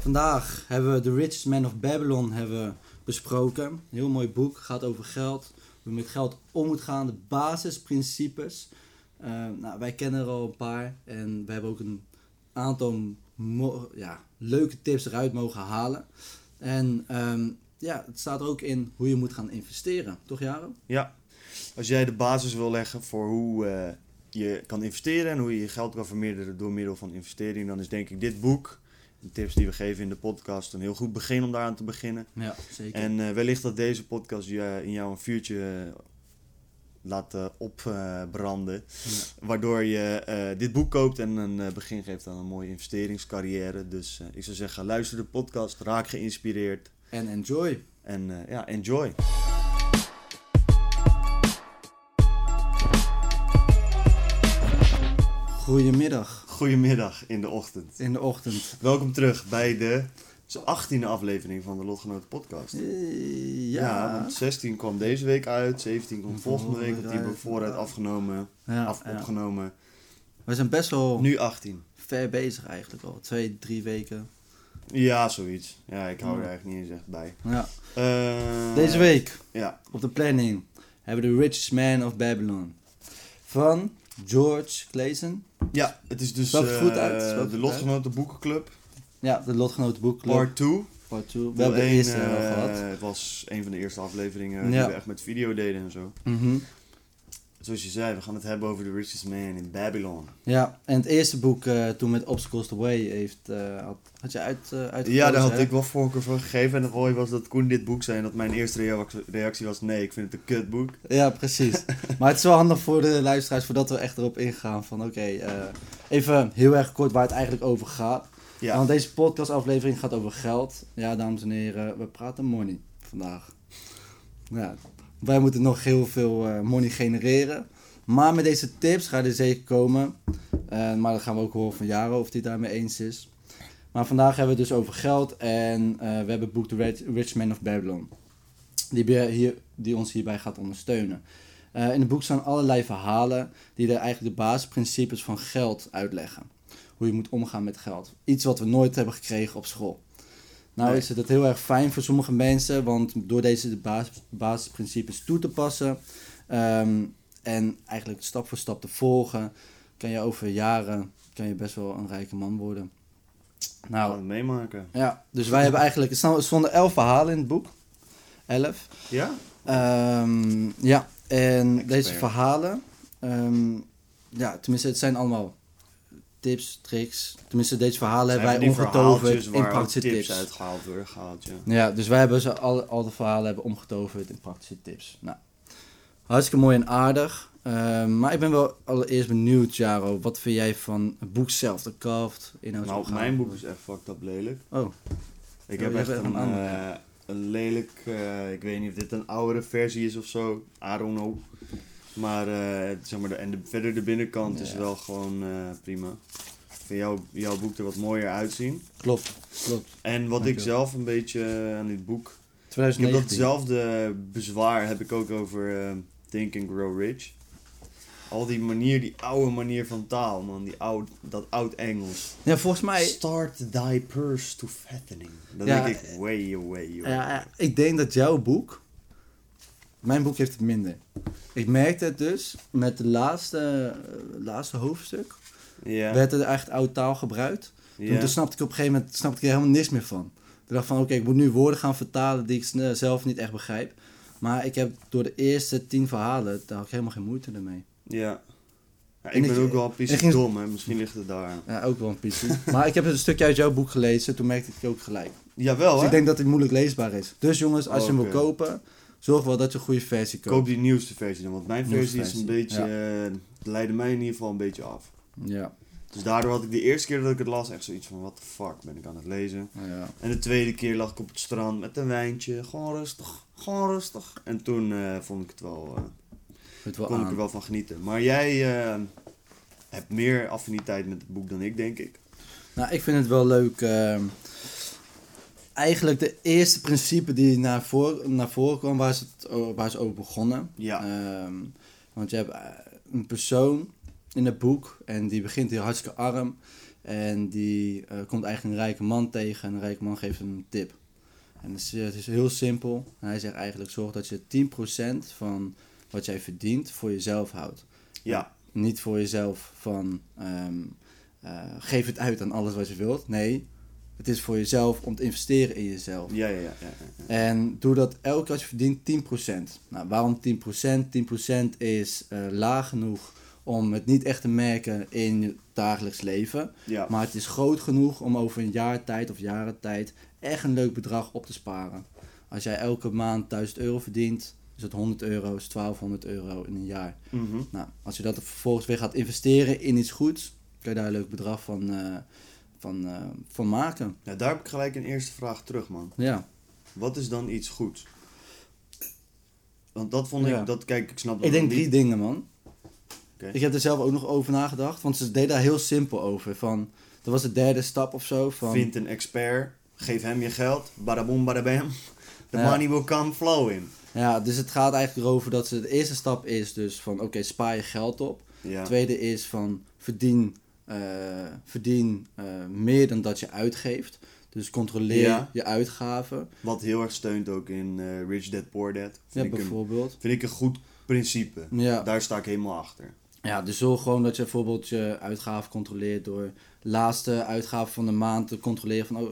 Vandaag hebben we The Richest Man of Babylon besproken. Een heel mooi boek, gaat over geld. Hoe je met geld om moet gaan, de basisprincipes. Wij kennen er al een paar en we hebben ook een aantal leuke tips eruit mogen halen. En het staat er ook in hoe je moet gaan investeren. Toch, Jaro? Ja, als jij de basis wil leggen voor hoe je kan investeren en hoe je je geld kan vermeerderen door middel van investering, dan is denk ik dit boek, de tips die we geven in de podcast, een heel goed begin om daaraan te beginnen. Ja, zeker. En wellicht dat deze podcast in jou een vuurtje laat opbranden, waardoor je dit boek koopt en een begin geeft aan een mooie investeringscarrière. Dus ik zou zeggen, luister de podcast, raak geïnspireerd. En enjoy. En enjoy. Goedemiddag. Goedemiddag in de ochtend. In de ochtend. Welkom terug bij de 18e aflevering van de Lotgenoten podcast. Ja, want 16 kwam deze week uit, 17 komt volgende week, want die hebben we vooruit opgenomen. We zijn best wel nu 18. Ver bezig eigenlijk al, 2-3 weken. Ja, zoiets. Ja, ik hou er eigenlijk niet eens echt bij. Ja. Deze week op de planning hebben we The Richest Man of Babylon van George Clason. Ja, het is dus de Lotgenoten Boekenclub. Ja, de Lotgenoten Boekenclub. Part 2. We hebben de eerste al gehad. Het was een van de eerste afleveringen die we echt met video deden en zo. Mm-hmm. Zoals je zei, we gaan het hebben over The Richest Man in Babylon. Ja, en het eerste boek toen met Obstacles the Way had je uitgekozen. Ja, daar had ik wel voorkeur voor gegeven. En het mooie was dat Koen dit boek zei en dat mijn eerste reactie was: nee, ik vind het een kutboek. Ja, precies. Maar het is wel handig voor de luisteraars, voordat we echt erop ingaan van even heel erg kort waar het eigenlijk over gaat. Ja. Want deze podcastaflevering gaat over geld. Ja, dames en heren, we praten money vandaag. Ja, wij moeten nog heel veel money genereren. Maar met deze tips gaat er zeker komen. Maar dan gaan we ook horen van Jaro of hij het daarmee eens is. Maar vandaag hebben we het dus over geld. En we hebben het boek The Rich Man of Babylon. Die ons hierbij gaat ondersteunen. In het boek staan allerlei verhalen die er eigenlijk de basisprincipes van geld uitleggen. Hoe je moet omgaan met geld. Iets wat we nooit hebben gekregen op school. Nou is het heel erg fijn voor sommige mensen, want door deze basisprincipes toe te passen en eigenlijk stap voor stap te volgen, kan je over jaren best wel een rijke man worden. Nou, gaan we het meemaken. Ja, dus wij hebben eigenlijk, er stonden 11 verhalen in het boek. 11. Ja? Ja, en deze verhalen, tenminste het zijn allemaal tips, tricks. Tenminste, deze verhalen hebben wij omgetoverd in praktische tips. Uitgehaald worden, ja, dus wij hebben al de verhalen hebben omgetoverd in praktische tips. Nou, hartstikke mooi en aardig. Maar ik ben wel allereerst benieuwd, Jaro. Wat vind jij van het boek zelf? De kaft, Nou, mijn boek is echt fucked up lelijk. Oh. Ik heb echt een lelijk... ik weet niet of dit een oudere versie is of zo. I don't know. Maar, verder de binnenkant is wel gewoon prima. Ik vind jouw boek er wat mooier uitzien. Klopt. En wat ik zelf een beetje aan dit boek... 2019. Ik heb datzelfde bezwaar heb ik ook over Think and Grow Rich. Al die oude manier van taal, man. Dat oud Engels. Ja, volgens mij... Start thy purse to fattening. Dan denk ik, way away. Ja, ik denk dat jouw boek... Mijn boek heeft het minder. Ik merkte het dus met de laatste hoofdstuk. Ja. Werd er echt oude taal gebruikt. Toen snapte ik op een gegeven moment er helemaal niks meer van. Toen dacht ik van ik moet nu woorden gaan vertalen die ik zelf niet echt begrijp. Maar ik heb door de eerste 10 verhalen, daar had ik helemaal geen moeite ermee. Ja. Ik ben ook wel een beetje dom, hè. Misschien ligt het daar. Ja, ook wel een beetje. Maar ik heb een stukje uit jouw boek gelezen, toen merkte ik het ook gelijk. Jawel, dus hè? ik denk dat het moeilijk leesbaar is. Dus jongens, als je hem wil kopen, zorg wel dat je een goede versie koopt. Koop die nieuwste versie dan, want mijn versie is een beetje... leidde mij in ieder geval een beetje af. Ja. Dus daardoor had ik de eerste keer dat ik het las echt zoiets van... What the fuck, ben ik aan het lezen? Ja. En de tweede keer lag ik op het strand met een wijntje. Gewoon rustig. En toen vond ik het wel... kon ik er wel van genieten. Maar jij hebt meer affiniteit met het boek dan ik, denk ik. Nou, ik vind het wel leuk... Eigenlijk de eerste principe die naar voren kwam, waar ze over begonnen. Ja. Want je hebt een persoon in het boek en die begint heel hartstikke arm. En die komt eigenlijk een rijke man tegen en een rijke man geeft hem een tip. En het is heel simpel. En hij zegt eigenlijk, zorg dat je 10% van wat jij verdient voor jezelf houdt. Ja. Niet voor jezelf van, geef het uit aan alles wat je wilt. Nee, het is voor jezelf om te investeren in jezelf. Ja. En doe dat elke keer als je verdient 10%. Nou, waarom 10%? 10% is laag genoeg om het niet echt te merken in je dagelijks leven. Ja. Maar het is groot genoeg om over een jaar tijd of jaren tijd echt een leuk bedrag op te sparen. Als jij elke maand 1000 euro verdient, is het 100 euro, is 1200 euro in een jaar. Mm-hmm. Nou, als je dat vervolgens weer gaat investeren in iets goeds, kan je daar een leuk bedrag van maken. Ja, daar heb ik gelijk een eerste vraag terug, man. Ja. Wat is dan iets goeds? Want dat vond ik, kijk, ik snap dat Ik denk niet. 3 dingen, man. Okay. Ik heb er zelf ook nog over nagedacht, want ze deden daar heel simpel over. Dat was de 3e stap of zo. Vind een expert, geef hem je geld, badaboom, badabam. The money will come flowing. Ja, dus het gaat eigenlijk erover dat de eerste stap is dus van oké, spaar je geld op. Ja. Tweede is van verdien meer dan dat je uitgeeft. Dus controleer je uitgaven. Wat heel erg steunt ook in Rich Dad Poor Dad. Bijvoorbeeld. Vind ik een goed principe. Ja. Daar sta ik helemaal achter. Ja, dus zorg gewoon dat je bijvoorbeeld je uitgaven controleert door de laatste uitgaven van de maand te controleren van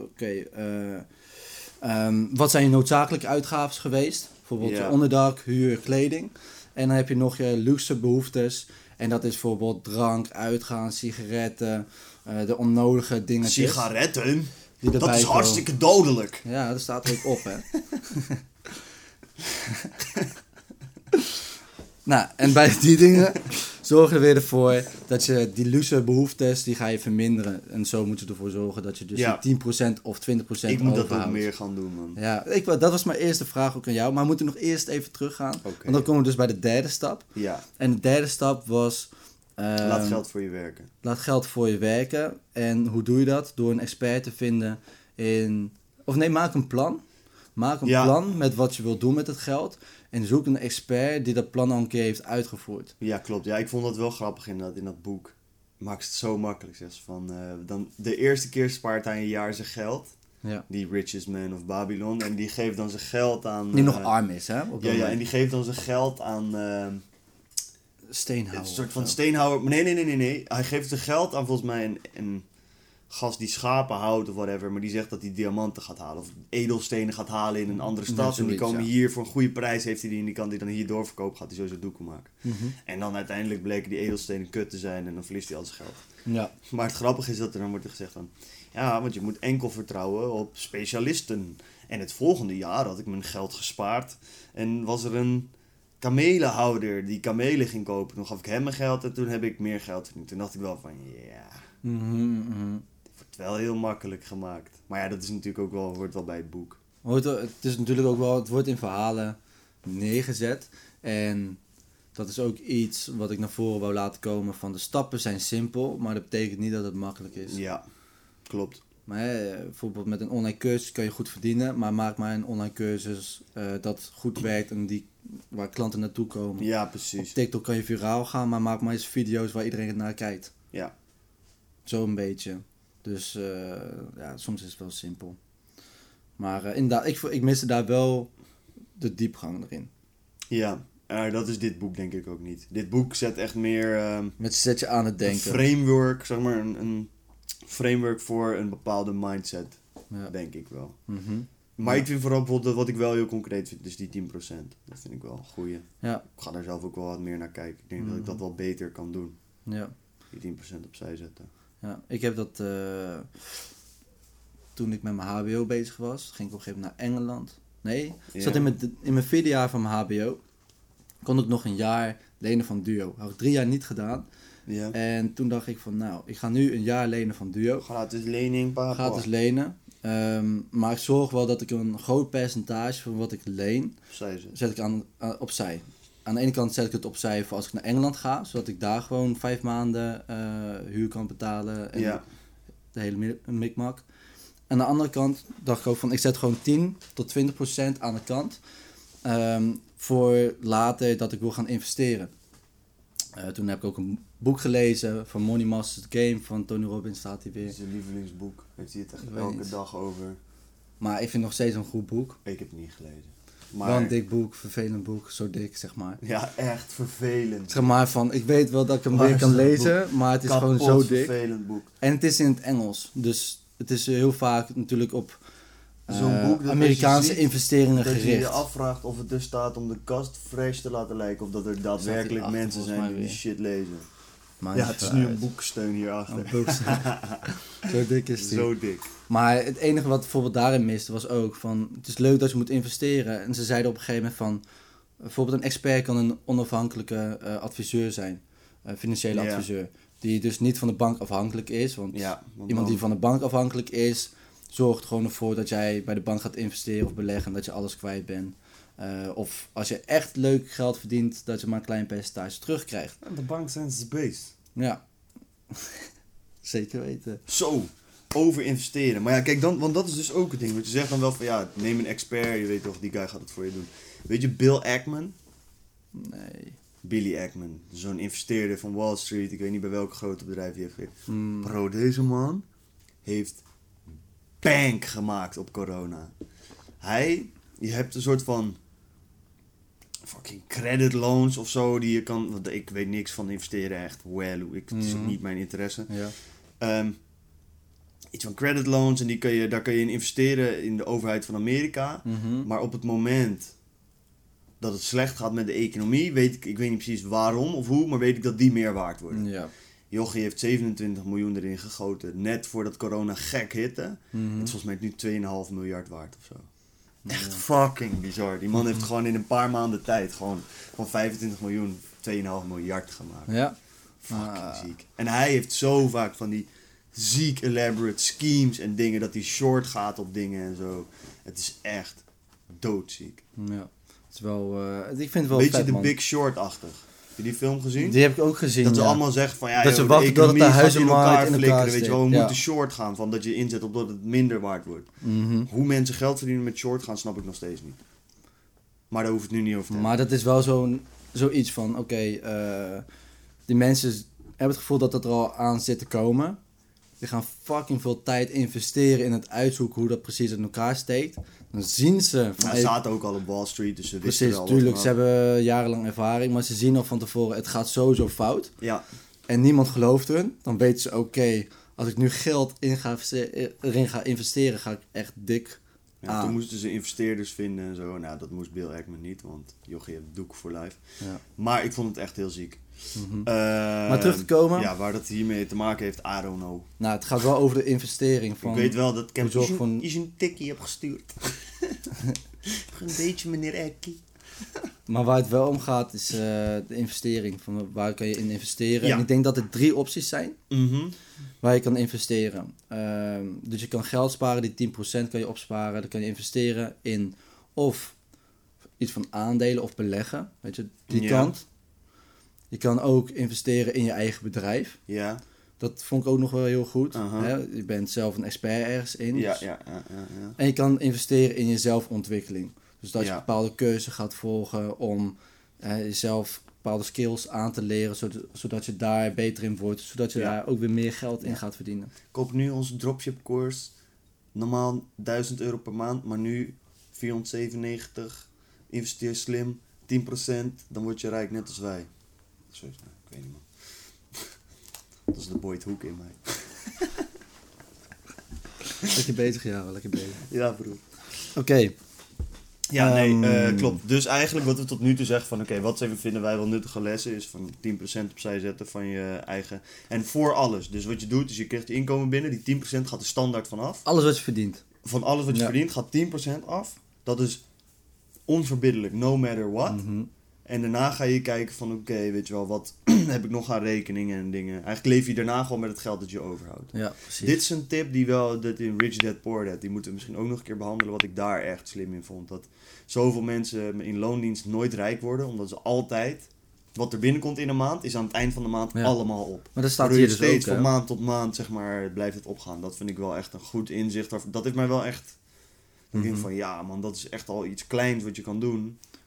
wat zijn je noodzakelijke uitgaven geweest? Bijvoorbeeld je onderdak, huur, kleding. En dan heb je nog je luxe behoeftes. En dat is bijvoorbeeld drank, uitgaan, sigaretten, de onnodige dingetjes. Sigaretten? Dat is hartstikke dodelijk. Ja, dat staat er ook op, hè. Nou, en bij die dingen zorgen er weer ervoor dat je die luxe behoeftes, die ga je verminderen. En zo moet je ervoor zorgen dat je dus die 10% of 20% overhoudt. Ik moet dat ook meer gaan doen, man. Ja, dat was mijn eerste vraag ook aan jou. Maar we moeten nog eerst even teruggaan. Okay. Want dan komen we dus bij de 3e stap. Ja. En de 3e stap was... laat geld voor je werken. Laat geld voor je werken. En hoe doe je dat? Door een expert te vinden maak een plan. Maak een plan met wat je wilt doen met het geld. En zoek een expert die dat plan al een keer heeft uitgevoerd. Ja, klopt. Ja, ik vond dat wel grappig in dat boek. Maakt het zo makkelijk. Zeg. Dan de eerste keer spaart hij een jaar zijn geld. Ja. Die richest man of Babylon. En die geeft dan zijn geld aan... Die nog arm is, hè? En die geeft dan zijn geld aan... steenhouwer. Een soort van steenhouwer. Nee. Hij geeft zijn geld aan volgens mij een gast die schapen houdt of whatever. Maar die zegt dat hij diamanten gaat halen. Of edelstenen gaat halen in een andere stad. En die komen hier voor een goede prijs. Heeft hij die en die kan die dan hier doorverkopen. Gaat hij sowieso doekoe maken. Mm-hmm. En dan uiteindelijk bleken die edelstenen kut te zijn. En dan verliest hij al zijn geld. Ja. Maar het grappige is dat er dan wordt gezegd van... Ja, want je moet enkel vertrouwen op specialisten. En het volgende jaar had ik mijn geld gespaard. En was er een kamelenhouder die kamelen ging kopen. Toen gaf ik hem mijn geld en toen heb ik meer geld verdiend. Toen dacht ik wel van, ja... Het wordt wel heel makkelijk gemaakt. Maar ja, dat is natuurlijk ook wel, hoort wel bij het boek. Het is natuurlijk ook wel, het wordt in verhalen neergezet. En dat is ook iets wat ik naar voren wou laten komen van de stappen zijn simpel, maar dat betekent niet dat het makkelijk is. Ja, klopt. Maar bijvoorbeeld met een online cursus kan je goed verdienen, maar maak maar een online cursus dat goed werkt en waar klanten naartoe komen. Ja, precies. Op TikTok kan je viraal gaan, maar maak maar eens video's waar iedereen naar kijkt. Ja. Zo een beetje. Dus soms is het wel simpel. Maar inderdaad, ik miste daar wel de diepgang erin. Ja, dat is dit boek denk ik ook niet. Dit boek zet echt meer... zet je aan het denken. Een framework, zeg maar, een framework voor een bepaalde mindset. Ja. Denk ik wel. Mm-hmm. Maar ik vind vooral bijvoorbeeld wat ik wel heel concreet vind, dus die 10%. Dat vind ik wel een goeie. Ja. Ik ga daar zelf ook wel wat meer naar kijken. Ik denk dat ik dat wel beter kan doen. Ja. Die 10% opzij zetten. Ja, ik heb dat... toen ik met mijn HBO bezig was, ging ik op een gegeven moment naar Engeland. Nee, ik zat in mijn 4e jaar van mijn HBO. Kon ik nog een jaar lenen van Duo. Had ik 3 jaar niet gedaan. Ja. En toen dacht ik van, ik ga nu een jaar lenen van Duo. Gratis lening, papa. Gratis lenen. Maar ik zorg wel dat ik een groot percentage van wat ik leen, zet ik opzij. Aan de ene kant zet ik het opzij voor als ik naar Engeland ga, zodat ik daar gewoon 5 maanden huur kan betalen en de hele mikmak. Aan de andere kant dacht ik ook van, ik zet gewoon 10-20% aan de kant voor later dat ik wil gaan investeren. Toen heb ik ook een boek gelezen van Money Masters the Game van Tony Robbins, staat hij Dat weer. is zijn lievelingsboek. Heeft hij het echt Ik weet elke niet. dag over. Maar ik vind het nog steeds een goed boek. Ik heb het niet gelezen. Wel Maar een dik boek, vervelend boek, zo dik zeg maar. ja, echt vervelend. Zeg maar van, ik weet wel dat ik hem Waar weer is kan dat lezen, maar het is gewoon zo Kapot dik. vervelend boek. En het is in het Engels, dus het is heel vaak natuurlijk op Zo'n boek dat Amerikaanse als je ziet, investeringen dat je gericht. je afvraagt of het er staat om de kast fresh te laten lijken. Of dat er daadwerkelijk hierachter mensen volgens zijn mij die die weer. shit lezen. Maar Ja, niet het is veel nu uit. een boeksteun hierachter. Een boeksteun. Zo dik is die. Zo dik. Maar het enige wat bijvoorbeeld daarin miste was ook van, het is leuk dat je moet investeren. En ze zeiden op een gegeven moment van, bijvoorbeeld een expert kan een onafhankelijke adviseur zijn. Financiële Ja. adviseur. Die dus niet van de bank afhankelijk is. Want Ja, want iemand dan- die van de bank afhankelijk is, zorgt er gewoon ervoor dat jij bij de bank gaat investeren of beleggen en dat je alles kwijt bent. Of als je echt leuk geld verdient, dat je maar een klein percentage terugkrijgt. De bank zijn ze beest. Ja, zeker weten. Zo, over investeren. Maar ja, kijk, dan, want dat is dus ook het ding. Want je zegt dan wel van, ja, neem een expert. Je weet toch, die guy gaat het voor je doen. Weet je, Bill Ackman? Nee. Billy Ackman. Zo'n investeerder van Wall Street. Ik weet niet bij welk grote bedrijf hij heeft gewerkt. Hmm. Bro, deze man heeft bank gemaakt op corona. Je hebt een soort van fucking credit loans of zo die je kan, want ik weet niks van investeren echt. Het is ook niet mijn interesse. Ja. Iets van credit loans en daar kun je in investeren in de overheid van Amerika. Mhm. Maar op het moment dat het slecht gaat met de economie, ik weet niet precies waarom of hoe, maar weet ik dat die meer waard worden. Ja. Jochie heeft 27 miljoen erin gegoten, net voordat corona gek hitte. Mhm. Het is volgens mij nu 2,5 miljard waard of zo. Echt fucking bizar. Die man heeft gewoon in een paar maanden tijd gewoon van 25 miljoen 2,5 miljard gemaakt. Ja. Fucking ziek. En hij heeft zo vaak van die ziek elaborate schemes en dingen dat hij short gaat op dingen en zo. Het is echt doodziek. Ja. Het is wel, ik vind het wel Beetje vet, de man. Big Short-achtig. Heb je die film gezien? Die heb ik ook gezien, Dat ze ja. allemaal zeggen van ja, Dat ze joh, wachten de totdat de economie gaat in huizenmarkt elkaar in elkaar flikkeren, weet je wel. We steekt, ja. moeten short gaan, van dat je inzet op dat het minder waard wordt. Mhm. Hoe mensen geld verdienen met short gaan, snap ik nog steeds niet. Maar daar hoef ik het nu niet over te hebben. Maar dat is wel zoiets van, oké, die mensen hebben het gevoel dat het er al aan zit te komen. Die gaan fucking veel tijd investeren in het uitzoeken hoe dat precies in elkaar steekt. Dan zien ze van, Ze hey, zaten ook al op Wall Street, dus ze wisten precies, wel tuurlijk, wat ze hebben jarenlang ervaring, maar ze zien al van tevoren, het gaat sowieso fout. Ja, En niemand gelooft hun. Dan weten ze, oké, als ik nu geld erin ga investeren, ga ik echt dik ja aan. toen moesten ze investeerders vinden en zo. Nou, dat moest Bill Ackman niet, want jochie heeft doek voor life. Ja. Maar ik vond het echt heel ziek. Mhm. Maar terug te komen. Ja, waar dat hiermee te maken heeft, I don't know. Nou, het gaat wel over de investering van... Ik weet wel dat ik hem zorg van- een tikkie heb gestuurd. Een beetje, meneer Ekkie. Maar waar het wel om gaat is de investering. Van waar kan je in investeren? Ja. En ik denk dat er 3 opties zijn Mhm. waar je kan investeren. Dus je kan geld sparen, die 10% kan je opsparen. Dan kan je investeren in of iets van aandelen of beleggen. Weet je, die Ja. kant. Je kan ook investeren in je eigen bedrijf. Ja, Dat vond ik ook nog wel heel goed. Aha. Hè? Je bent zelf een expert ergens in. ja, dus- ja. En je kan investeren in je zelfontwikkeling. Dus dat je Ja. bepaalde keuzes gaat volgen om jezelf bepaalde skills aan te leren, zodat je daar beter in wordt, zodat je Ja. daar ook weer meer geld in Ja. gaat verdienen. Koop nu onze dropship course. Normaal 1000 euro per maand, maar nu 497. Investeer slim, 10%, dan word je rijk net als wij. Sorry, ik weet niet man. Dat is de Boyd Hoek in mij. Lekker bezig, ja, lekker bezig. Ja, broer. Oké, Ja, nee, Ehm. klopt. Dus eigenlijk wat we tot nu toe zeggen van oké, wat vinden wij wel nuttige lessen is van 10% opzij zetten van je eigen. En voor alles. Dus wat je doet is je krijgt je inkomen binnen, die 10% gaat er standaard vanaf. alles wat je verdient. Van alles wat je Ja. verdient gaat 10% af. Dat is onverbiddelijk, no matter what. Mhm. En daarna ga je kijken van oké, weet je wel, wat heb ik nog aan rekeningen en dingen. Eigenlijk leef je daarna gewoon met het geld dat je overhoudt. Ja, precies. Dit is een tip die wel, dat in Rich Dad Poor Dad, die moeten we misschien ook nog een keer behandelen, wat ik daar echt slim in vond. Dat zoveel mensen in loondienst nooit rijk worden, omdat ze altijd, wat er binnenkomt in een maand, is aan het eind van de maand Ja. allemaal op. Maar dat staat Waardoor hier je dus steeds ook, van hè? maand tot maand, zeg maar, blijft het opgaan. Dat vind ik wel echt een goed inzicht. Dat heeft mij wel echt, ik denk Mhm. van ja man, dat is echt al iets kleins wat je kan doen.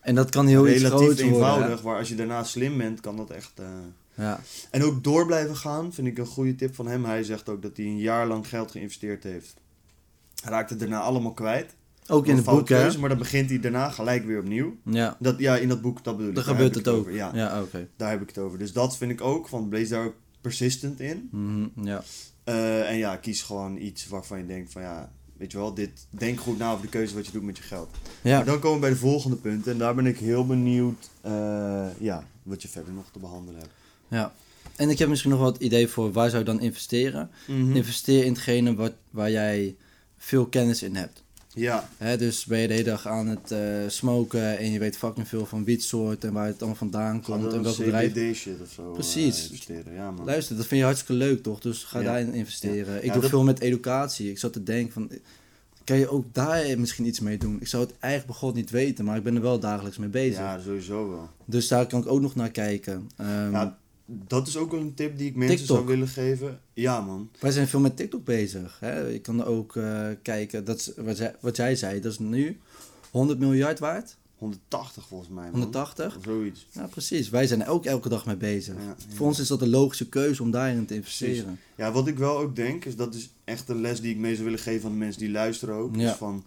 En dat kan heel iets relatief groots worden. eenvoudig, maar als je daarna slim bent, kan dat echt... Ja. En ook door blijven gaan, vind ik een goede tip van hem. Hij zegt ook dat hij een jaar lang geld geïnvesteerd heeft. Hij raakt het daarna allemaal kwijt. Ook in het boek, hè? Maar dan begint hij daarna gelijk weer opnieuw. Ja. In dat boek, dat bedoel ik. Dan gebeurt het ook. Over. Ja, oké. Daar heb ik het over. Dus dat vind ik ook, van wees daar ook persistent in. Ja. En ja, kies gewoon iets waarvan je denkt van ja, weet je wel, denk goed na over de keuze wat je doet met je geld. Ja. Maar dan komen we bij de volgende punten. En daar ben ik heel benieuwd wat je verder nog te behandelen hebt. Ja. En ik heb misschien nog wel het idee voor waar zou je dan investeren. Investeer in hetgene waar jij veel kennis in hebt. Ja. Dus ben je de hele dag aan het smoken en je weet fucking veel van wietsoort en waar het allemaal vandaan komt en welk bedrijf. CBD-shit of zo. Precies. Investeren. Ja, man. Luister, dat vind je hartstikke leuk toch? Dus ga daarin investeren. Ja. Ik doe veel met educatie. Ik zat te denken van, kan je ook daar misschien iets mee doen? Ik zou het eigenlijk bij God niet weten, maar ik ben er wel dagelijks mee bezig. Ja, sowieso wel. Dus daar kan ik ook nog naar kijken. Dat is ook wel een tip die ik mensen TikTok. zou willen geven. Ja, man. Wij zijn veel met TikTok bezig. Hè? Je kan ook kijken, dat is wat jij zei, dat is nu 100 miljard waard. 180 volgens mij, man. 180? Of zoiets. Ja, precies. Wij zijn er ook elke dag mee bezig. Ja. Voor ons is dat een logische keuze om daarin te investeren. Precies. Ja, wat ik wel ook denk, is dat is echt een les die ik mee zou willen geven aan de mensen die luisteren ook. Ja. Is van,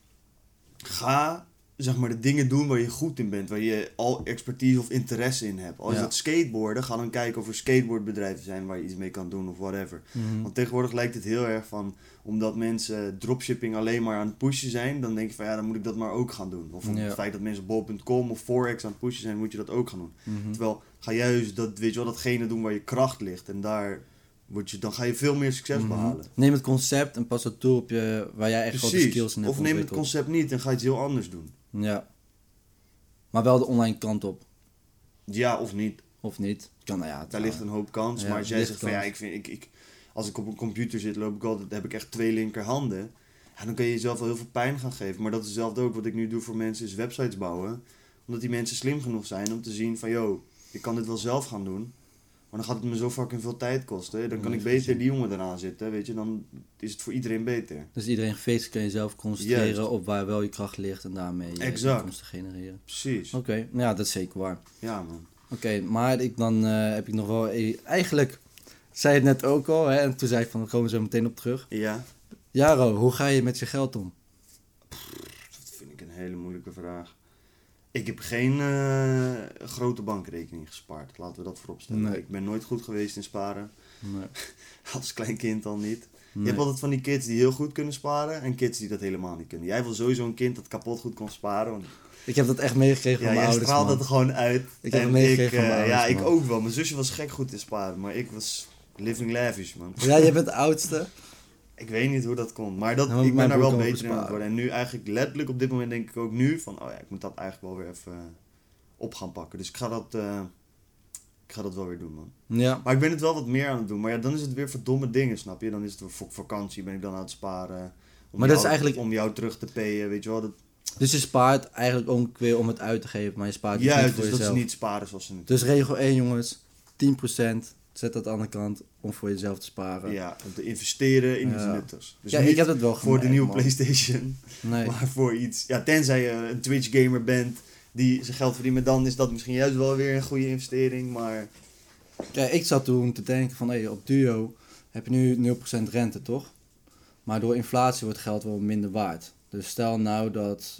ga zeg maar de dingen doen waar je goed in bent, waar je al expertise of interesse in hebt. Als dat skateboarden, ga dan kijken of er skateboardbedrijven zijn waar je iets mee kan doen of whatever. Want tegenwoordig lijkt het heel erg van, omdat mensen dropshipping alleen maar aan het pushen zijn, dan denk je van ja, dan moet ik dat maar ook gaan doen. Of het feit dat mensen bol.com of Forex aan het pushen zijn, moet je dat ook gaan doen. Terwijl, ga juist datgene doen waar je kracht ligt en daar dan ga je veel meer succes behalen. Neem het concept en pas het toe op waar jij echt grote skills in hebt. Of neem het concept niet en ga iets heel anders doen. Ja. Maar wel de online kant op. Ja, of niet. Of niet. Daar ligt een hoop kans. Maar als jij zegt van ja, als ik op een computer zit, heb ik echt 2 linkerhanden. Ja, dan kun je jezelf wel heel veel pijn gaan geven. Maar dat is hetzelfde ook wat ik nu doe voor mensen, is websites bouwen. Omdat die mensen slim genoeg zijn om te zien van yo, ik kan dit wel zelf gaan doen. Maar dan gaat het me zo fucking veel tijd kosten. Dan kan ik beter die jongen eraan zitten, weet je. Dan is het voor iedereen beter. Dus iedereen feest kan je zelf concentreren op waar wel je kracht ligt en daarmee je inkomsten genereren. Precies. Oké, dat is zeker waar. Ja, man. Oké, maar dan heb ik nog wel... Eigenlijk zei het net ook al, hè, en toen zei ik van, daar komen we zo meteen op terug. Ja. Jaro, hoe ga je met je geld om? Dat vind ik een hele moeilijke vraag. Ik heb geen grote bankrekening gespaard. Laten we dat voorop stellen. Nee. Ik ben nooit goed geweest in sparen. Nee. Als klein kind al niet. Nee. Je hebt altijd van die kids die heel goed kunnen sparen en kids die dat helemaal niet kunnen. Jij was sowieso een kind dat kapot goed kon sparen. Want Ik heb dat echt meegekregen van mijn ouders, man. Ja, jij straalde dat gewoon uit. Ik heb het meegekregen van mijn ouders, ja, ik ook wel. Mijn zusje was gek goed in sparen, maar ik was living lavish, man. Ja, jij bent de oudste. Ik weet niet hoe dat komt, maar ik ben daar wel beter in aan het worden. En nu eigenlijk letterlijk op dit moment denk ik ook nu van, oh ja, ik moet dat eigenlijk wel weer even op gaan pakken. Dus ik ga dat wel weer doen, man. Ja. Maar ik ben het wel wat meer aan het doen. Maar ja, dan is het weer voor domme dingen, snap je? Dan is het voor vakantie, ben ik dan aan het sparen. Maar dat is eigenlijk... Om jou terug te payen, weet je wel. Dus je spaart eigenlijk ook weer om het uit te geven, maar je spaart dus niet voor jezelf. Ja, dus dat is niet sparen zoals ze nu. Dus regel 1, jongens. 10%. Zet dat aan de kant om voor jezelf te sparen. Ja, om te investeren in iets nuttigs. Dus ja, niet ik heb dat wel voor de nieuwe PlayStation. Nee. Maar voor iets... Ja, tenzij je een Twitch-gamer bent die zijn geld verdient. Maar dan is dat misschien juist wel weer een goede investering, maar... Kijk, ik zat toen te denken van, op Duo heb je nu 0% rente, toch? Maar door inflatie wordt geld wel minder waard. Dus stel nou dat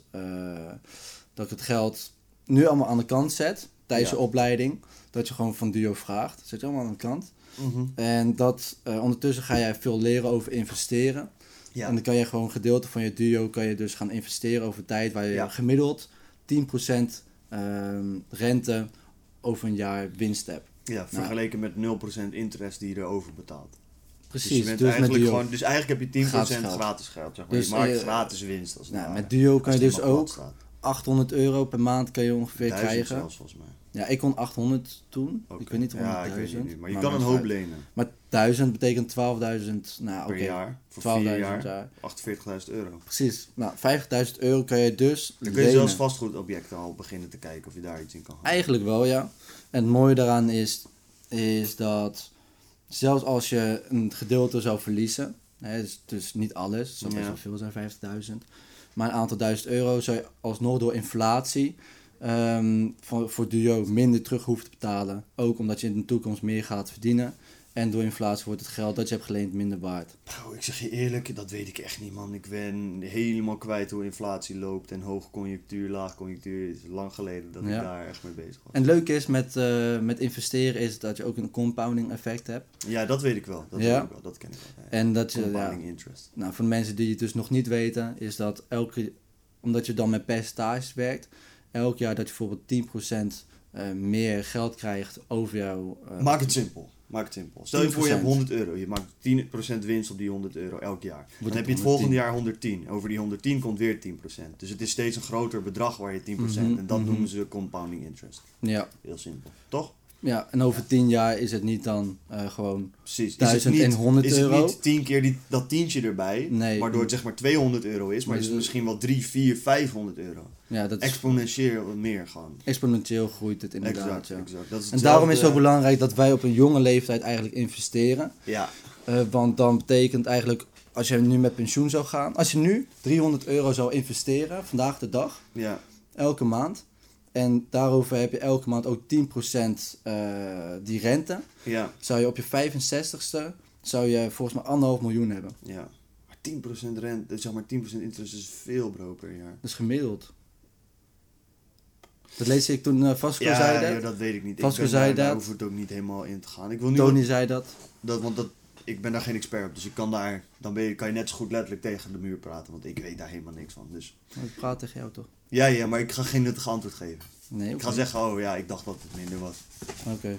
ik het geld nu allemaal aan de kant zet, tijdens je opleiding, dat je gewoon van Duo vraagt. Dat zet je allemaal aan de kant. En dat ondertussen ga jij veel leren over investeren. Ja. En dan kan je gewoon een gedeelte van je Duo kan je dus gaan investeren over tijd, waar je gemiddeld 10% rente over een jaar winst hebt. Ja, vergeleken met 0% interest die je erover betaalt. Precies. Dus, je bent eigenlijk gewoon, dus eigenlijk heb je 10% gratis geld. Zeg maar. Dus je maakt gratis winst. Als met Duo kan je dus ook €800 per maand kan je ongeveer krijgen. Zelfs, volgens mij. Ja, ik kon 800 toen. Okay. Ik weet niet 100.000. Ja, ik weet het niet, maar je kan een hoop lenen. Maar 1000 betekent 12.000 per jaar. Voor 12.000 jaar. €48.000. Precies. Nou, €50.000 kan je dus dan kun je zelfs vastgoedobjecten al beginnen te kijken of je daar iets in kan gaan. Eigenlijk wel, ja. En het mooie daaraan is dat zelfs als je een gedeelte zou verliezen, dus niet alles, het zou best wel veel zijn, 50.000, maar een aantal €1000 zou je alsnog door inflatie voor duo minder terug hoeft te betalen. Ook omdat je in de toekomst meer gaat verdienen. En door inflatie wordt het geld dat je hebt geleend minder waard. Bro, ik zeg je eerlijk, dat weet ik echt niet, man. Ik ben helemaal kwijt hoe inflatie loopt en hoogconjunctuur, laagconjunctuur. Het is lang geleden dat ik daar echt mee bezig was. En het leuke is met investeren is dat je ook een compounding effect hebt. Ja, dat weet ik wel. Dat ken ik wel. Ja. En dat je, compounding interest. Nou, voor de mensen die het dus nog niet weten, is dat omdat je dan met percentages werkt, elk jaar dat je bijvoorbeeld 10% meer geld krijgt over jouw... Maak het simpel. Stel je voor je hebt 100 euro. Je maakt 10% winst op die 100 euro elk jaar. Dan heb je het volgende jaar 110. Over die 110 komt weer 10%. Dus het is steeds een groter bedrag waar je 10%. En dat noemen ze compounding interest. Ja. Heel simpel. Toch? Ja, en over 10 jaar is het niet dan gewoon precies. 1100 euro. Is het niet 10 keer dat tientje erbij, waardoor het zeg maar 200 euro is, maar is het misschien wel 3, 4, 500 euro. Ja, dat is exponentieel meer gewoon. Exponentieel groeit het inderdaad. Exact. Dat is en daarom is het zo belangrijk dat wij op een jonge leeftijd eigenlijk investeren. Ja. Want dan betekent eigenlijk, als je nu met pensioen zou gaan, als je nu 300 euro zou investeren, vandaag de dag, elke maand. En daarover heb je elke maand ook 10% die rente. Ja. Zou je op je 65ste, zou je volgens mij 1,5 miljoen hebben. Ja. Maar 10% rente, zeg maar 10% interest is veel, bro, per jaar. Dat is gemiddeld. Dat lees ik toen Vasco zei dat. Ja, dat weet ik niet. Vasco zei daar dat. hoef het ook niet helemaal in te gaan. Ik wil nu Tony zei dat. Want ik ben daar geen expert op, dus ik kan daar, kan je net zo goed letterlijk tegen de muur praten, want ik weet daar helemaal niks van. Dus. Maar ik praat tegen jou toch? Ja, maar ik ga geen nuttig antwoord geven. Nee, ik ga zeggen, ik dacht dat het minder was. Oké.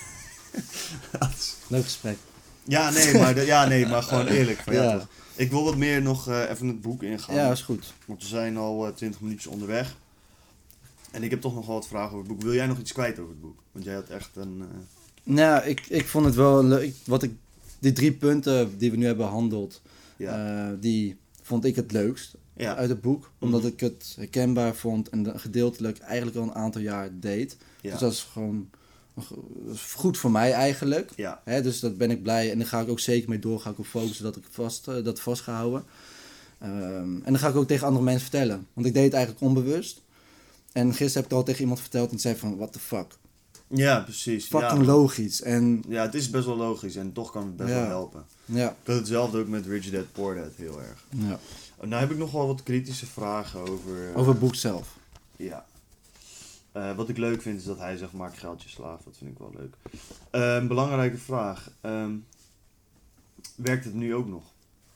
Leuk gesprek. Ja, nee, maar gewoon eerlijk. Toch. Ik wil wat meer nog even het boek ingaan. Ja, is goed. Want we zijn al 20 minuutjes onderweg. En ik heb toch nog wel wat vragen over het boek. Wil jij nog iets kwijt over het boek? Want jij had echt een... Nou, ik vond het wel leuk. Die 3 punten die we nu hebben behandeld, die vond ik het leukst uit het boek. Omdat ik het herkenbaar vond en gedeeltelijk eigenlijk al een aantal jaar deed. Ja. Dus dat is gewoon goed voor mij eigenlijk. Ja. Dus dat ben ik blij. En daar ga ik ook zeker mee door. Ga ik op focussen dat ik dat vast ga houden. En dan ga ik ook tegen andere mensen vertellen. Want ik deed het eigenlijk onbewust. En gisteren heb ik het al tegen iemand verteld en zei van, what the fuck. Ja, precies. Fucking logisch. En ja, het is best wel logisch en toch kan het best wel helpen. Ja. Ik had hetzelfde ook met Rich Dad Poor Dad heel erg. Ja. Nou heb ik nog wel wat kritische vragen over... Over het boek zelf. Ja. Wat ik leuk vind is dat hij zegt, maak geld je slaaf. Dat vind ik wel leuk. Belangrijke vraag. Werkt het nu ook nog?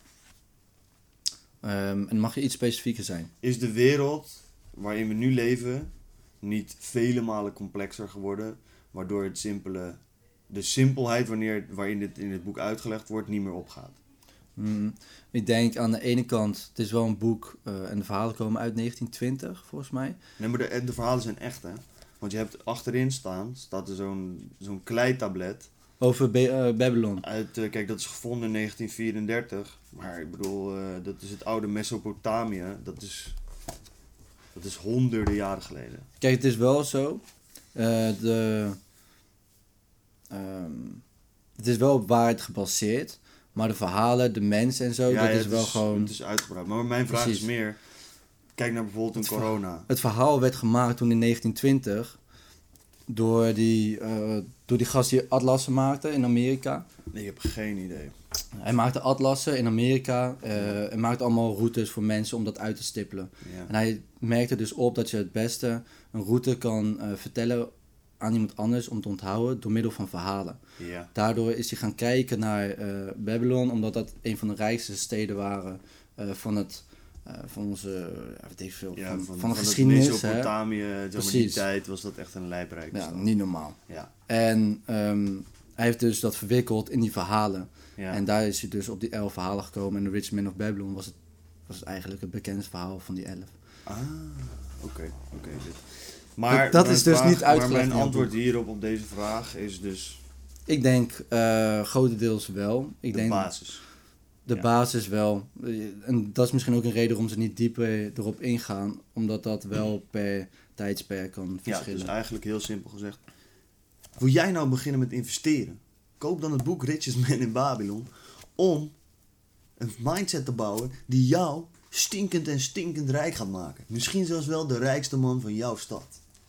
En mag je iets specifieker zijn? Is de wereld waarin we nu leven niet vele malen complexer geworden, waardoor de simpelheid waarin dit in het boek uitgelegd wordt niet meer opgaat? Ik denk aan de ene kant, het is wel een boek en de verhalen komen uit 1920 volgens mij. Nee, maar de verhalen zijn echt, hè? Want je hebt achterin staat er zo'n kleitablet. Over Babylon. Kijk, dat is gevonden in 1934. Maar ik bedoel, dat is het oude Mesopotamië. Dat is honderden jaren geleden. Kijk, het is wel zo. Het is wel op waarheid gebaseerd. Maar de verhalen, de mensen en zo, dat is wel gewoon... Het is uitgebreid. Maar mijn vraag is meer... Kijk naar bijvoorbeeld een corona. Het verhaal werd gemaakt toen in 1920... Door die gast die atlassen maakte in Amerika. Nee, ik heb geen idee. Hij maakte atlassen in Amerika en maakte allemaal routes voor mensen om dat uit te stippelen. Ja. En hij merkte dus op dat je het beste een route kan vertellen aan iemand anders om te onthouden door middel van verhalen. Ja. Daardoor is hij gaan kijken naar Babylon, omdat dat een van de rijkste steden waren van onze, van de geschiedenis. Mesopotamië, die tijd was dat echt een lijprijke stad. Niet normaal. Ja. En hij heeft dus dat verwikkeld in die verhalen. Ja. En daar is hij dus op die 11 verhalen gekomen. En The Rich Man of Babylon was het eigenlijk het bekendste verhaal van die 11. Ah, oké. Maar dat is dus niet uitgelegd. Maar mijn antwoord hierop op deze vraag is dus... Ik denk grotendeels wel. Basis. De basis wel. En dat is misschien ook een reden waarom ze niet dieper erop ingaan. Omdat dat wel per tijdsperk kan verschillen. Ja, dus eigenlijk heel simpel gezegd. Wil jij nou beginnen met investeren? Koop dan het boek Richest Man in Babylon. Om een mindset te bouwen die jou stinkend rijk gaat maken. Misschien zelfs wel de rijkste man van jouw stad.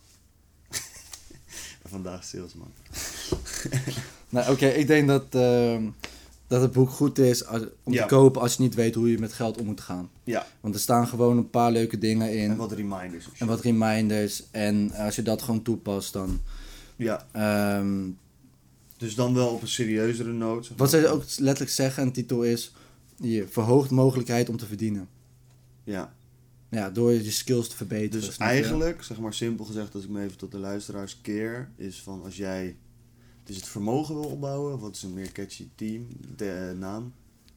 vandaag salesman. Nou, oké, ik denk dat het boek goed is om te kopen als je niet weet hoe je met geld om moet gaan. Ja. Want er staan gewoon een paar leuke dingen in. En wat reminders. En wat reminders. En als je dat gewoon toepast, dan... Ja. Dus dan wel op een serieuzere noot. Wat zij ook letterlijk zeggen, een titel is... Je verhoogt mogelijkheid om te verdienen. Ja. Ja, door je skills te verbeteren. Dus eigenlijk, zeg maar simpel gezegd, als ik me even tot de luisteraars keer... is van als jij dus het vermogen wil opbouwen... wat is een meer catchy naam?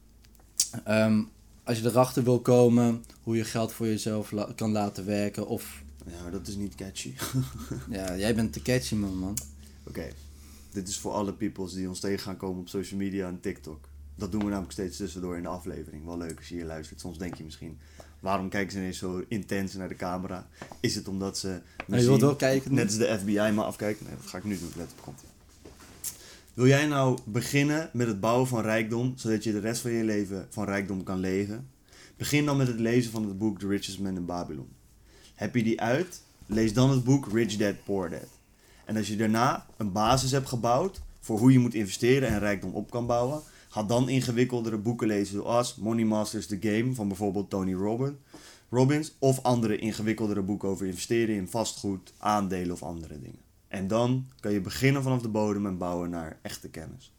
Als je erachter wil komen hoe je geld voor jezelf kan laten werken of... Ja, dat is niet catchy. Ja, jij bent te catchy, man. Oké. Dit is voor alle peoples die ons tegen gaan komen op social media en TikTok. Dat doen we namelijk steeds tussendoor in de aflevering. Wel leuk als je hier luistert. Soms denk je misschien, waarom kijken ze ineens zo intens naar de camera? Is het omdat ze je wilt wel kijken? Net als de FBI maar afkijken? Nee, dat ga ik nu doen. Let op, komt. Wil jij nou beginnen met het bouwen van rijkdom, zodat je de rest van je leven van rijkdom kan leven? Begin dan met het lezen van het boek The Richest Man in Babylon. Heb je die uit? Lees dan het boek Rich Dad Poor Dad. En als je daarna een basis hebt gebouwd voor hoe je moet investeren en rijkdom op kan bouwen, ga dan ingewikkeldere boeken lezen zoals Money Masters the Game van bijvoorbeeld Tony Robbins of andere ingewikkeldere boeken over investeren in vastgoed, aandelen of andere dingen. En dan kan je beginnen vanaf de bodem en bouwen naar echte kennis.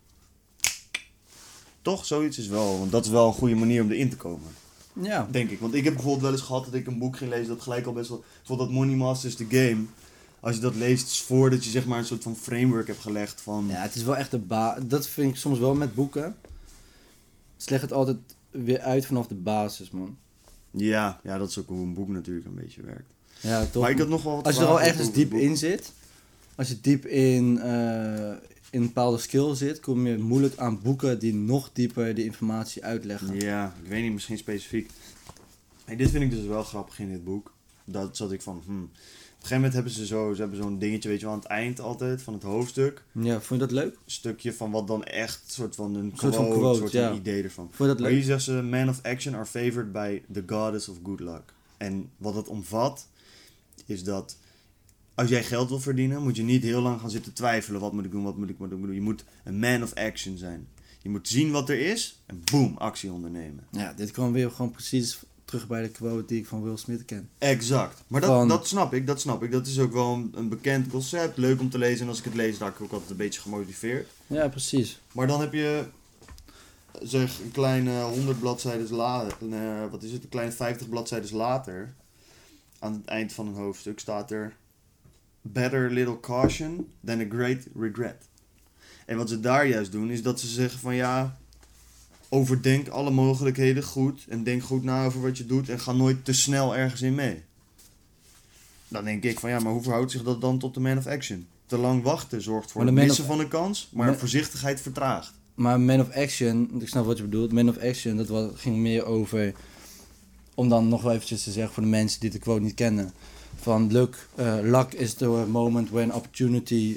Toch, zoiets is wel, want dat is wel een goede manier om erin te komen. Ja. Denk ik, want ik heb bijvoorbeeld wel eens gehad dat ik een boek ging lezen dat gelijk al best wel... Bijvoorbeeld dat Money Masters the Game. Als je dat leest, is voordat je zeg maar een soort van framework hebt gelegd van... Ja, het is wel echt dat vind ik soms wel met boeken. Ze leggen het altijd weer uit vanaf de basis, man. Ja, dat is ook hoe een boek natuurlijk een beetje werkt. Ja, toch. Maar ik had nog wel wat als je er al ergens diep in zit, als je diep in een bepaalde skill zit, kom je moeilijk aan boeken die nog dieper die informatie uitleggen. Ja, ik weet niet, misschien specifiek. Hey, dit vind ik dus wel grappig in dit boek. Dat zat ik van, Op een gegeven moment hebben ze hebben zo'n dingetje, weet je wel, aan het eind altijd van het hoofdstuk. Ja, vond je dat leuk? Een stukje van wat dan echt, soort van een soort van idee ervan. Vond je dat leuk? Maar hier zegt ze, men of action are favored by the goddess of good luck. En wat het omvat, is dat als jij geld wil verdienen, moet je niet heel lang gaan zitten twijfelen. Wat moet ik doen, Je moet een man of action zijn. Je moet zien wat er is en boom, actie ondernemen. Ja, dit kwam weer gewoon precies terug bij de quote die ik van Will Smith ken. Exact. Maar dat snap ik. Dat is ook wel een bekend concept. Leuk om te lezen. En als ik het lees, raak ik ook altijd een beetje gemotiveerd. Ja, precies. Maar dan heb je, zeg, een kleine 100 bladzijden later, een kleine 50 bladzijden later, aan het eind van een hoofdstuk staat er: Better little caution than a great regret. En wat ze daar juist doen, is dat ze zeggen van ja, overdenk alle mogelijkheden goed en denk goed na over wat je doet en ga nooit te snel ergens in mee. Dan denk ik van ja, maar hoe verhoudt zich dat dan tot de man of action? Te lang wachten zorgt voor het missen van een kans, maar voorzichtigheid vertraagt. Maar man of action, ik snap wat je bedoelt, man of action, ging meer over, om dan nog wel eventjes te zeggen voor de mensen die de quote niet kennen, van luck is the moment when opportunity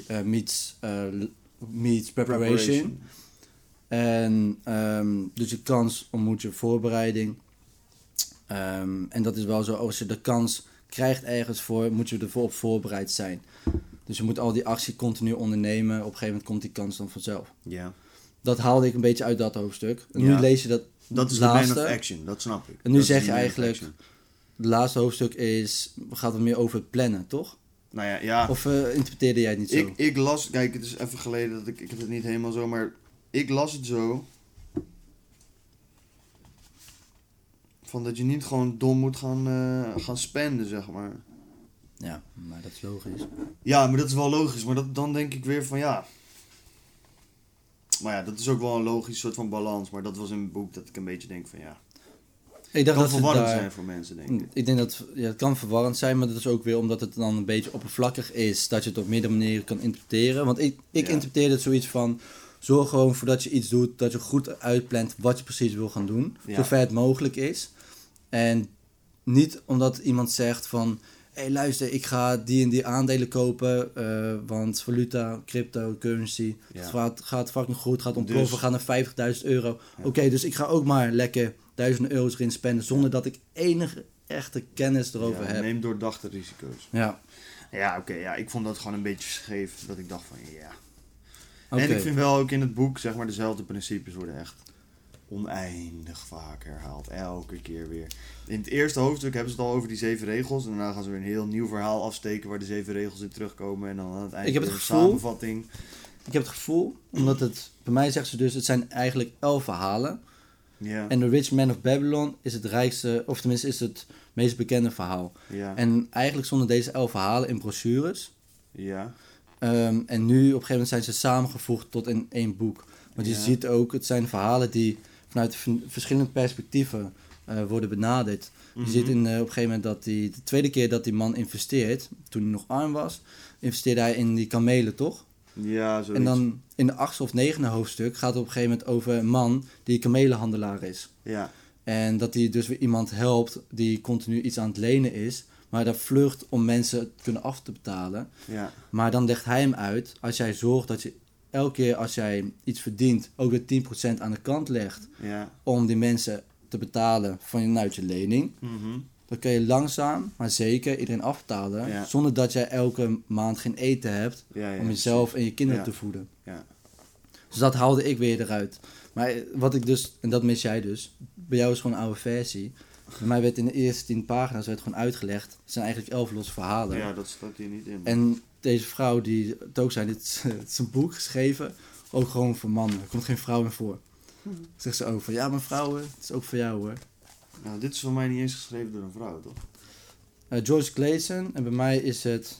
meets preparation. En dus je kans ontmoet je voorbereiding. En dat is wel zo, als je de kans krijgt ergens voor, moet je ervoor op voorbereid zijn. Dus je moet al die actie continu ondernemen. Op een gegeven moment komt die kans dan vanzelf. Ja. Dat haalde ik een beetje uit dat hoofdstuk. En nu lees je dat is laatste. de man of action, dat snap ik. En nu zeg je eigenlijk, het laatste hoofdstuk gaat het meer over het plannen, toch? Nou ja. Of interpreteerde jij het niet zo? Ik las, kijk, het is even geleden dat ik heb het niet helemaal zo, maar ik las het zo. Van dat je niet gewoon dom moet gaan spenden, zeg maar. Ja, maar dat is logisch. Ja, maar dat is wel logisch. Maar dan denk ik weer van ja. Maar ja, dat is ook wel een logisch soort van balans. Maar dat was in het boek dat ik een beetje denk van ja. Ik dacht het kan verwarrend zijn voor mensen, denk ik. Ik denk dat het kan verwarrend zijn, maar dat is ook weer omdat het dan een beetje oppervlakkig is. Dat je het op meerdere manieren kan interpreteren. Want ik interpreteerde het zoiets van, zorg gewoon voordat je iets doet, dat je goed uitplant wat je precies wil gaan doen. Ja. Zover het mogelijk is. En niet omdat iemand zegt van, hé luister, ik ga die en die aandelen kopen, want valuta, crypto, currency, het gaat fucking goed, gaat ontploffen, gaat naar €50.000. Ja. Oké, dus ik ga ook maar lekker €1000 erin spenden, zonder dat ik enige echte kennis erover heb. Neem doordachte risico's. Ja. Ja, oké, ja, ik vond dat gewoon een beetje scheef. Dat ik dacht van, ja. Oké. En ik vind wel ook in het boek, zeg maar, dezelfde principes worden echt oneindig vaak herhaald. Elke keer weer. In het eerste hoofdstuk hebben ze het al over die 7 regels. En daarna gaan ze weer een heel nieuw verhaal afsteken waar de 7 regels in terugkomen. En dan aan het eind heb het weer een gevoel- samenvatting. Ik heb het gevoel, omdat het... Bij mij zeggen ze dus, het zijn eigenlijk 11 verhalen. Ja, En The Rich Man of Babylon is het rijkste, of tenminste is het meest bekende verhaal. ja, En eigenlijk stonden deze 11 verhalen in brochures. ja, En nu op een gegeven moment zijn ze samengevoegd tot in één boek. Want je Ja. ziet ook, het zijn verhalen die vanuit verschillende perspectieven worden benaderd. Mhm. Je ziet op een gegeven moment dat de tweede keer dat die man investeert, toen hij nog arm was, investeerde hij in die kamelen, toch? Ja, zoiets. En dan in de 8e of 9e hoofdstuk gaat het op een gegeven moment over een man die kamelenhandelaar is. Ja, En dat hij dus weer iemand helpt die continu iets aan het lenen is, maar dat vlucht om mensen het kunnen af te betalen. ja, Maar dan legt hij hem uit, als jij zorgt dat je elke keer als jij iets verdient, ook de 10% aan de kant legt ja. om die mensen te betalen vanuit je lening, Mhm. dan kun je langzaam, maar zeker iedereen afbetalen, Ja. zonder dat jij elke maand geen eten hebt Ja, ja, om jezelf en je kinderen Ja. te voeden. Ja. Dus dat haalde ik weer eruit. Maar wat ik dus, en dat mis jij dus, bij jou is gewoon een oude versie. Bij mij werd in de eerste 10 pagina's werd gewoon uitgelegd, het zijn eigenlijk 11 losse verhalen. Ja, dat staat hier niet in. En deze vrouw die het ook zei, het is een boek geschreven, ook gewoon voor mannen. Er komt geen vrouw meer voor. Zegt ze ook van, ja maar vrouwen, het is ook voor jou hoor. Nou, dit is voor mij niet eens geschreven door een vrouw, toch? George Clayson, en bij mij is het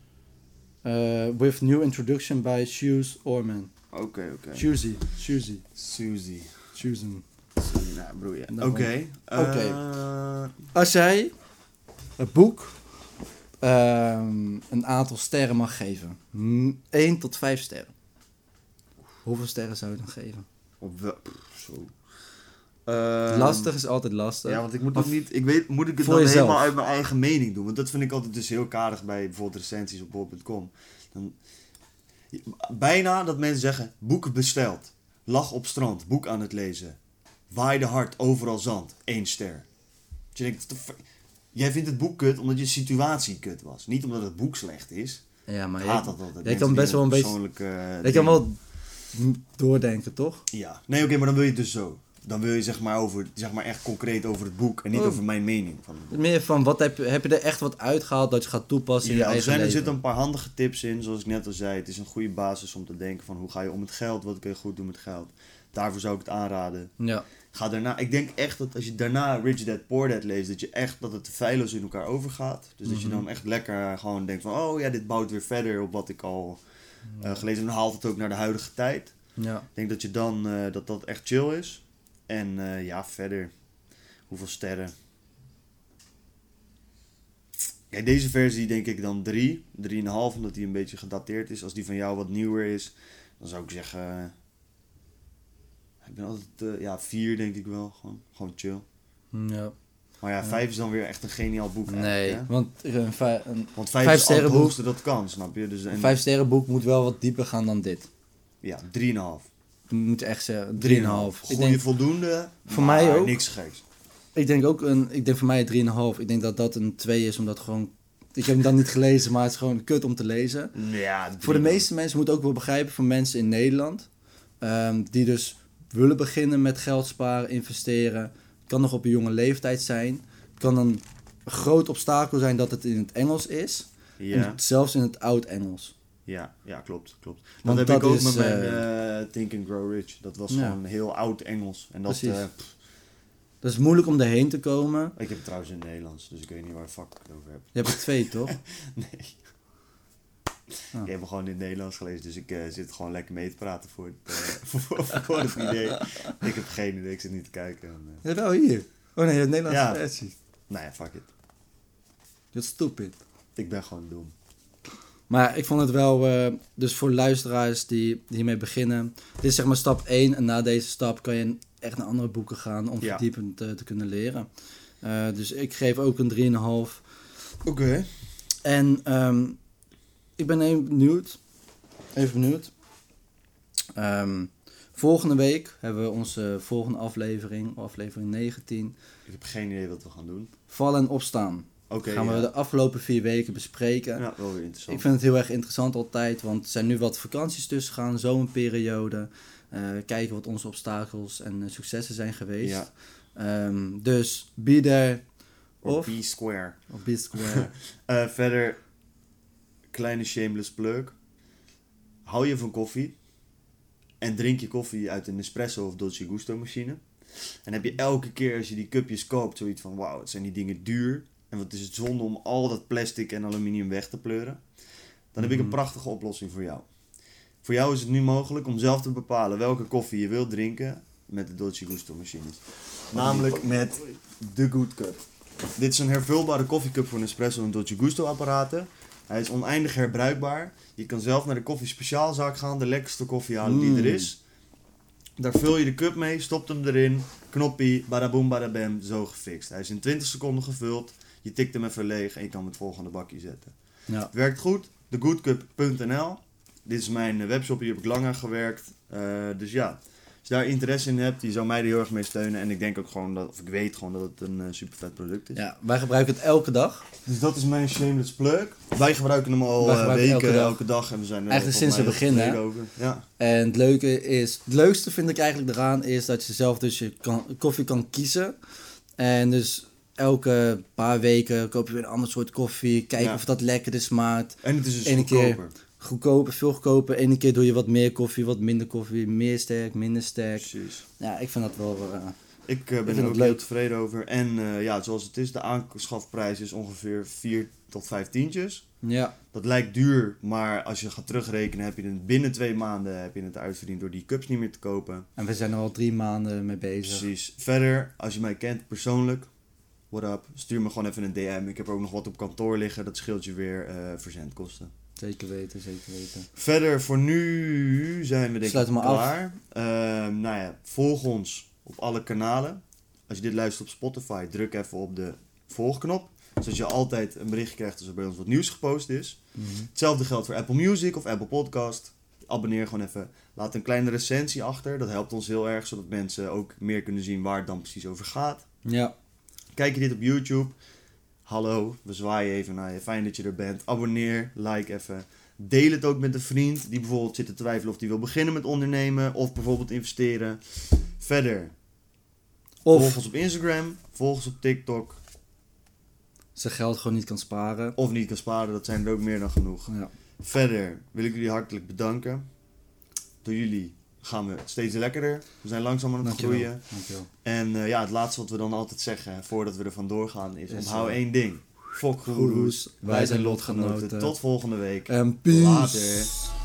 With New Introduction by Shoes Orman. Oké. Susie. Susie. Susan. Susie, nou broer, Nou, Oké. Als jij het boek een aantal sterren mag geven, 1 tot 5 sterren. Hoeveel sterren zou je dan geven? Op wel... Zo. Lastig is altijd lastig. Ja, want ik moet Maar het niet... moet ik het voor dan jezelf. helemaal uit mijn eigen mening doen? Want dat vind ik altijd dus heel karig bij bijvoorbeeld recensies op bol.com. Dan... Bijna dat mensen zeggen, boek besteld. Lach op strand, boek aan het lezen. Waaide hard, overal zand, 1 ster. Dus je denkt, jij vindt het boek kut omdat je situatie kut was. Niet omdat het boek slecht is. Ja, maar Ik haat dat altijd. jij kan best wel een beetje... Persoonlijke, Je kan wel doordenken, toch? Ja. Nee, oké, maar dan wil je het dus zo. Dan wil je zeg maar echt concreet over het boek en niet Oh. over mijn mening van het boek. Meer van, wat heb je er echt wat uitgehaald dat je gaat toepassen in je Ja, eigen er leven? zitten een paar handige tips in, zoals ik net al zei. Het is een goede basis om te denken van hoe ga je om met geld, wat kun je goed doen met geld. Daarvoor zou ik het aanraden. Ja. Ga daarna, ik denk echt dat als je daarna Rich Dad Poor Dad leest, dat het feilloos in elkaar overgaat. Dus dat je dan echt lekker gewoon denkt van, oh ja, dit bouwt weer verder op wat ik al gelezen heb. En dan haalt het ook naar de huidige tijd. Ja. Ik denk dat je dan, dat echt chill is. En ja, verder, hoeveel sterren? Kijk, deze versie denk ik dan 3, 3,5, omdat die een beetje gedateerd is. Als die van jou wat nieuwer is, dan zou ik zeggen... ik ben altijd, 4 denk ik wel. Gewoon chill. Ja. Maar ja, 5 is dan weer echt een geniaal boek Nee, eigenlijk, hè? want een Want 5 vijf is het sterrenboek- hoogste dat kan, snap je? Dus, 5 sterren boek moet wel wat dieper gaan dan dit. Ja, 3,5. Je moet echt zeggen, 3,5. 3,5. Ik Goeie denk, voldoende, voor maar mij ook. niks geks. ik denk voor mij 3,5. Ik denk dat dat een 2 is, omdat gewoon... Ik heb hem dan niet gelezen, maar het is gewoon kut om te lezen. Ja, Voor de meeste mensen moet ook wel begrijpen, voor mensen in Nederland, die dus willen beginnen met geld sparen, investeren. Het kan nog op een jonge leeftijd zijn. Het kan een groot obstakel zijn dat het in het Engels is. Ja. En zelfs in het oud-Engels. Ja, klopt. Dat Want heb dat ik ook is, met mijn Think and Grow Rich. Dat was Ja. gewoon heel oud Engels. En dat, Precies. Dat is moeilijk om erheen te komen. ik heb het trouwens in het Nederlands, dus ik weet niet waar de fuck ik het over heb. Je hebt er 2, toch? Nee. Ah. Ik heb hem gewoon in het Nederlands gelezen, dus ik zit gewoon lekker mee te praten voor het, voor het idee. Ik heb geen idee, ik zit niet te kijken. En, Ja, wel hier. Oh nee, de Nederlandse Ja. versie. nou ja, fuck it. Dat is stupid. Ik ben gewoon dom. Maar ik vond het wel, dus voor luisteraars die hiermee beginnen. Dit is zeg maar stap 1 en na deze stap kan je echt naar andere boeken gaan om Ja. verdiepend te kunnen leren. Dus ik geef ook een 3,5. Oké. En ik ben even benieuwd. Volgende week hebben we onze volgende aflevering 19. Ik heb geen idee wat we gaan doen. Vallen en opstaan. gaan we de afgelopen 4 weken bespreken. Ja, wel weer interessant. Ik vind het heel erg interessant altijd, want er zijn nu wat vakanties tussen gaan, zomerperiode. Kijken wat onze obstakels en successen zijn geweest. Ja. Dus be there. Of be square. Of be square. Verder, kleine shameless plug. Hou je van koffie en drink je koffie uit een espresso of Dolce Gusto machine. En heb je elke keer als je die cupjes koopt zoiets van wauw, het zijn die dingen duur. En wat is het zonde om al dat plastic en aluminium weg te pleuren. Dan heb ik een prachtige oplossing voor jou. Voor jou is het nu mogelijk om zelf te bepalen welke koffie je wilt drinken met de Dolce Gusto machines. Namelijk met de Good Cup. Dit is een hervulbare koffiecup voor een espresso en Dolce Gusto apparaten. Hij is oneindig herbruikbaar. Je kan zelf naar de koffiespeciaalzaak gaan, de lekkerste koffie halen die er is. Daar vul je de cup mee, stopt hem erin, knoppie, badaboom, badabam, zo gefixt. Hij is in 20 seconden gevuld, je tikt hem even leeg en je kan hem het volgende bakje zetten. Ja. Het werkt goed, thegoodcup.nl. Dit is mijn webshop, hier heb ik lang aan gewerkt. Dus ja, als je daar interesse in hebt, je zou mij er heel erg mee steunen. En ik denk ook gewoon dat, of ik weet gewoon dat het een super vet product is. Ja, wij gebruiken het elke dag. Dus dat is mijn shameless plug. Wij gebruiken hem al weken, elke dag. En we zijn er eigenlijk sinds het begin, hè? Over. Ja. En het leukste vind ik eigenlijk eraan is dat je zelf dus je koffie kan kiezen. En dus elke paar weken koop je weer een ander soort koffie. Kijken of dat lekkerder smaakt. En het is dus goedkoper. Veel goedkoper. Ene keer doe je wat meer koffie, wat minder koffie. Meer sterk, minder sterk. Precies. Ja, ik vind dat wel... ik ben er ook heel tevreden over. En zoals het is, de aanschafprijs is ongeveer 4 tot 5 tientjes. Ja. Dat lijkt duur, maar als je gaat terugrekenen heb je het binnen 2 maanden heb je het uitverdiend door die cups niet meer te kopen. En we zijn er al 3 maanden mee bezig. Precies. Verder, als je mij kent persoonlijk, what up, stuur me gewoon even een DM. Ik heb er ook nog wat op kantoor liggen, dat scheelt je weer verzendkosten. Zeker weten, zeker weten. Verder, voor nu zijn we denk ik klaar. Volg ons op alle kanalen. Als je dit luistert op Spotify, druk even op de volgknop. Zodat je altijd een bericht krijgt als er bij ons wat nieuws gepost is. Hetzelfde geldt voor Apple Music of Apple Podcast. Abonneer gewoon even. Laat een kleine recensie achter. Dat helpt ons heel erg, zodat mensen ook meer kunnen zien waar het dan precies over gaat. Ja. Kijk je dit op YouTube? Hallo, we zwaaien even naar je. Fijn dat je er bent. Abonneer, like even. Deel het ook met een vriend die bijvoorbeeld zit te twijfelen of die wil beginnen met ondernemen of bijvoorbeeld investeren. Verder, volg ons op Instagram, volg ons op TikTok. Zijn geld gewoon niet kan sparen. Of niet kan sparen, dat zijn er ook meer dan genoeg. Ja. Verder wil ik jullie hartelijk bedanken. Door jullie gaan we steeds lekkerder. We zijn langzaam aan het groeien. Dankjewel. En het laatste wat we dan altijd zeggen voordat we er vandoor gaan is onthoud één ding. Fok goeroes, wij zijn lotgenoten. Tot volgende week. En peace. Later.